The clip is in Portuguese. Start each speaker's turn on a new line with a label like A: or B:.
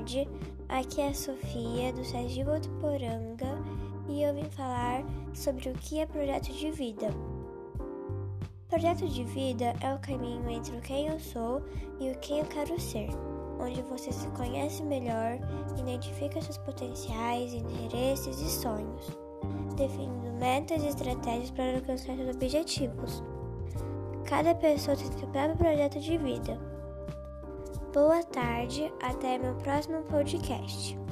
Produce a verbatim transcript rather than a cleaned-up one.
A: tarde, aqui é a Sofia do SESI de Votuporanga e eu vim falar sobre o que é projeto de vida. Projeto de vida é o caminho entre o quem eu sou e o quem eu quero ser, onde você se conhece melhor, identifica seus potenciais, interesses e sonhos, definindo metas e estratégias para alcançar seus objetivos. Cada pessoa tem seu próprio projeto de vida. Boa tarde, até meu próximo podcast.